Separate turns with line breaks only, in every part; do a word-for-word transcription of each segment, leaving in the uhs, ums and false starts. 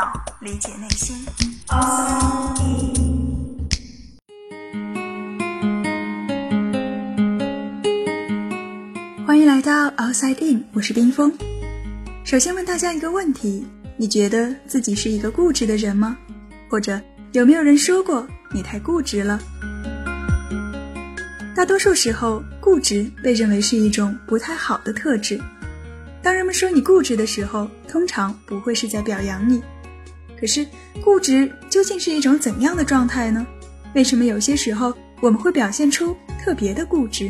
脑，理解内心。Outside In。欢迎来到 Outside In， 我是冰峰。首先问大家一个问题，你觉得自己是一个固执的人吗？或者有没有人说过你太固执了？大多数时候，固执被认为是一种不太好的特质。当人们说你固执的时候，通常不会是在表扬你。可是，固执究竟是一种怎样的状态呢？为什么有些时候我们会表现出特别的固执？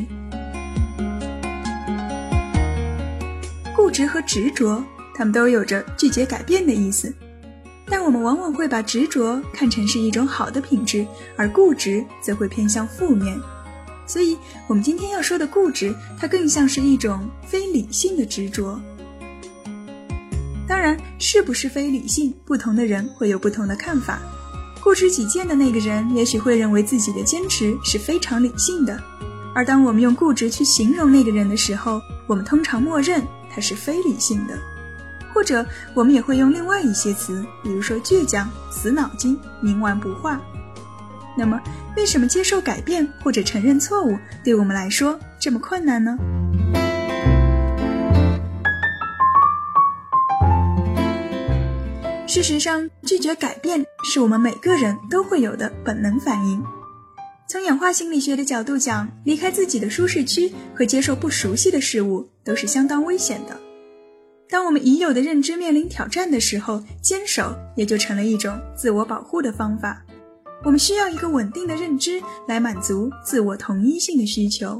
固执和执着，它们都有着拒绝改变的意思。但我们往往会把执着看成是一种好的品质，而固执则会偏向负面。所以我们今天要说的固执，它更像是一种非理性的执着。当然，是不是非理性，不同的人会有不同的看法。固执己见的那个人也许会认为自己的坚持是非常理性的，而当我们用固执去形容那个人的时候，我们通常默认他是非理性的。或者我们也会用另外一些词，比如说倔强、死脑筋、冥顽不化。那么为什么接受改变或者承认错误对我们来说这么困难呢？事实上，拒绝改变是我们每个人都会有的本能反应。从演化心理学的角度讲，离开自己的舒适区和接受不熟悉的事物都是相当危险的。当我们已有的认知面临挑战的时候，坚守也就成了一种自我保护的方法。我们需要一个稳定的认知来满足自我同一性的需求。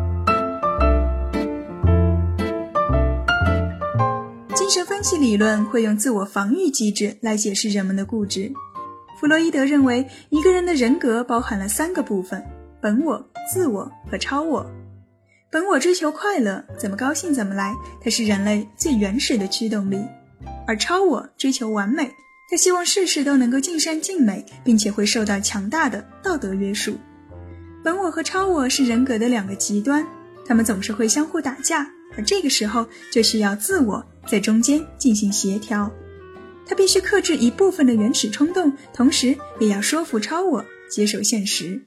精神分析理论会用自我防御机制来解释人们的固执。弗洛伊德认为，一个人的人格包含了三个部分：本我、自我和超我。本我追求快乐，怎么高兴怎么来，它是人类最原始的驱动力；而超我追求完美，他希望事事都能够尽善尽美，并且会受到强大的道德约束。本我和超我是人格的两个极端，他们总是会相互打架，而这个时候就需要自我在中间进行协调。他必须克制一部分的原始冲动，同时也要说服超我接受现实。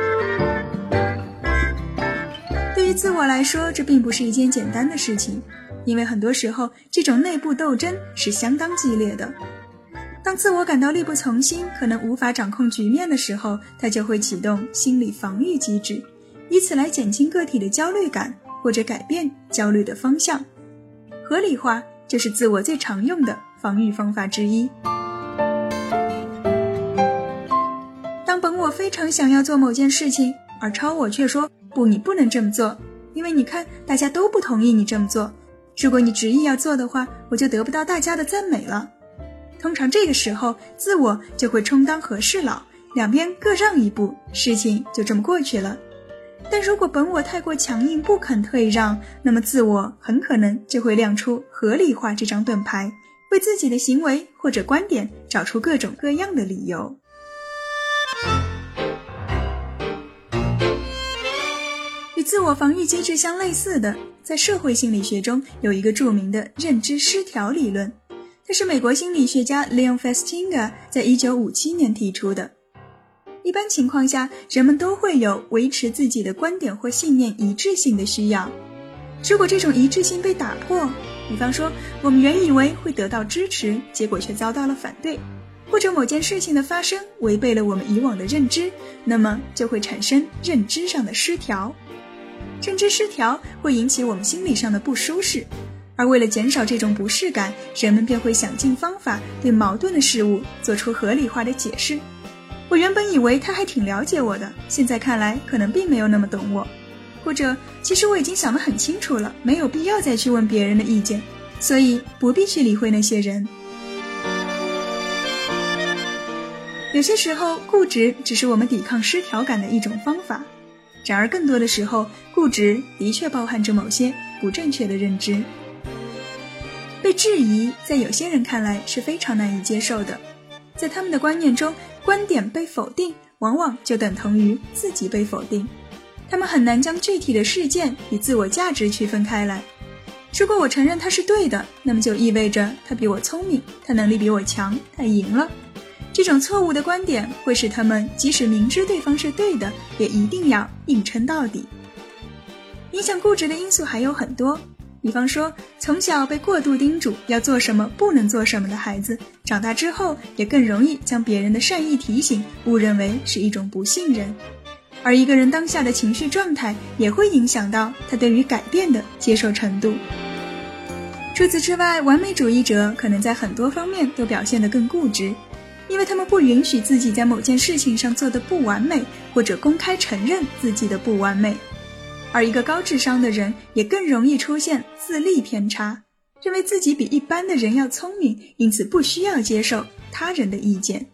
对于自我来说，这并不是一件简单的事情，因为很多时候这种内部斗争是相当激烈的。当自我感到力不从心，可能无法掌控局面的时候，他就会启动心理防御机制，以此来减轻个体的焦虑感，或者改变焦虑的方向。合理化就是自我最常用的防御方法之一。当本我非常想要做某件事情，而超我却说，不，你不能这么做，因为你看，大家都不同意你这么做。如果你执意要做的话，我就得不到大家的赞美了。通常这个时候，自我就会充当和事佬，两边各让一步，事情就这么过去了。但如果本我太过强硬，不肯退让，那么自我很可能就会亮出合理化这张盾牌，为自己的行为或者观点找出各种各样的理由。与自我防御机制相类似的，在社会心理学中有一个著名的认知失调理论，这是美国心理学家 Leon Festinger 在一九五七年提出的。一般情况下，人们都会有维持自己的观点或信念一致性的需要。如果这种一致性被打破，比方说我们原以为会得到支持，结果却遭到了反对，或者某件事情的发生违背了我们以往的认知，那么就会产生认知上的失调。认知失调会引起我们心理上的不舒适，而为了减少这种不适感，人们便会想尽方法对矛盾的事物做出合理化的解释。我原本以为他还挺了解我的，现在看来可能并没有那么懂我。或者，其实我已经想得很清楚了，没有必要再去问别人的意见，所以不必去理会那些人。有些时候，固执只是我们抵抗失调感的一种方法。然而更多的时候，固执的确包含着某些不正确的认知。被质疑在有些人看来是非常难以接受的，在他们的观念中，观点被否定往往就等同于自己被否定，他们很难将具体的事件与自我价值区分开来。 如果我承认他是对的，那么就意味着他比我聪明，他能力比我强，他赢了。这种错误的观点会使他们即使明知对方是对的，也一定要硬撑到底。影响固执的因素还有很多，比方说从小被过度叮嘱要做什么不能做什么的孩子，长大之后也更容易将别人的善意提醒误认为是一种不信任。而一个人当下的情绪状态也会影响到他对于改变的接受程度。除此之外，完美主义者可能在很多方面都表现得更固执，因为他们不允许自己在某件事情上做得不完美，或者公开承认自己的不完美。而一个高智商的人也更容易出现自利偏差，认为自己比一般的人要聪明，因此不需要接受他人的意见。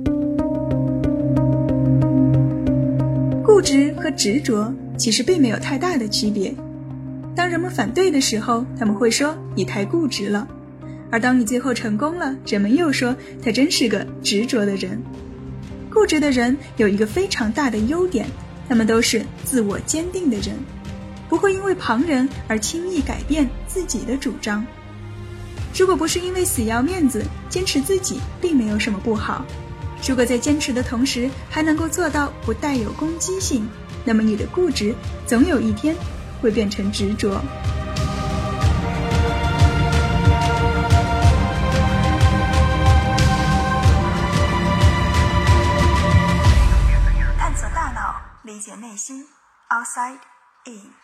固执和执着其实并没有太大的区别。当人们反对的时候，他们会说你太固执了，而当你最后成功了，人们又说他真是个执着的人。固执的人有一个非常大的优点，他们都是自我坚定的人，不会因为旁人而轻易改变自己的主张。如果不是因为死要面子，坚持自己并没有什么不好。如果在坚持的同时还能够做到不带有攻击性，那么你的固执总有一天会变成执着。探索大脑，理解内心 ，Outside In。